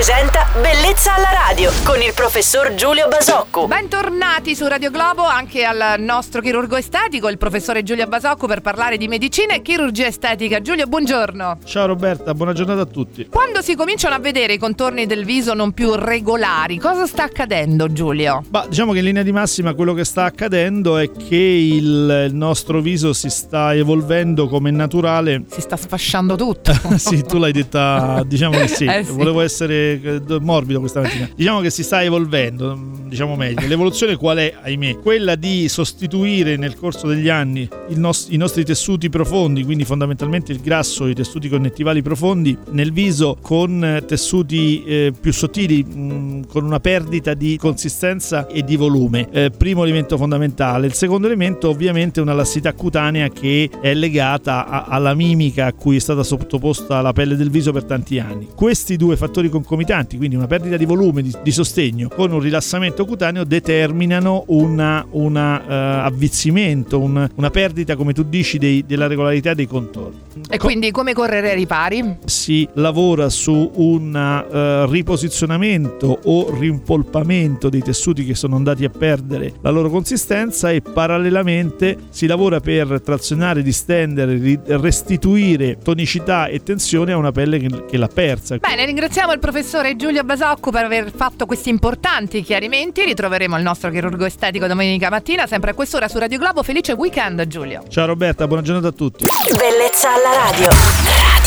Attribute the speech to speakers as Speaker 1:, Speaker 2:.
Speaker 1: presenta Bellezza alla radio con il professor Giulio Basocco.
Speaker 2: Bentornati su Radio Globo anche al nostro chirurgo estetico, il professore Giulio Basocco, per parlare di medicina e chirurgia estetica. Giulio, buongiorno.
Speaker 3: Ciao Roberta, buona giornata a tutti.
Speaker 2: Quando si cominciano a vedere i contorni del viso non più regolari, cosa sta accadendo, Giulio?
Speaker 3: Diciamo che in linea di massima quello che sta accadendo è che il nostro viso si sta evolvendo come naturale.
Speaker 2: Si sta sfasciando tutto.
Speaker 3: Sì, tu l'hai detta, diciamo che sì.
Speaker 2: Sì.
Speaker 3: Volevo essere morbido questa mattina. Diciamo che si sta evolvendo, diciamo meglio. L'evoluzione qual è, ahimè? Quella di sostituire nel corso degli anni i nostri tessuti profondi, quindi fondamentalmente il grasso, i tessuti connettivali profondi nel viso, con tessuti più sottili, con una perdita di consistenza e di volume. Primo elemento fondamentale. Il secondo elemento ovviamente è una lassità cutanea che è legata alla mimica a cui è stata sottoposta la pelle del viso per tanti anni. Questi due fattori concomitanti, quindi una perdita di volume, di sostegno, con un rilassamento cutaneo, determinano un avvizzimento, una perdita, come tu dici, della regolarità dei contorni.
Speaker 2: E quindi come correre ai ripari?
Speaker 3: Si lavora su un riposizionamento o rimpolpamento dei tessuti che sono andati a perdere la loro consistenza, e parallelamente si lavora per trazionare, distendere, restituire tonicità e tensione a una pelle che l'ha persa.
Speaker 2: Bene, ringraziamo il professore Giulio Basocco per aver fatto questi importanti chiarimenti. Ritroveremo il nostro chirurgo estetico domenica mattina, sempre a quest'ora su Radio Globo. Felice weekend, Giulio.
Speaker 3: Ciao Roberta, buona giornata a tutti.
Speaker 1: Bellezza alla radio.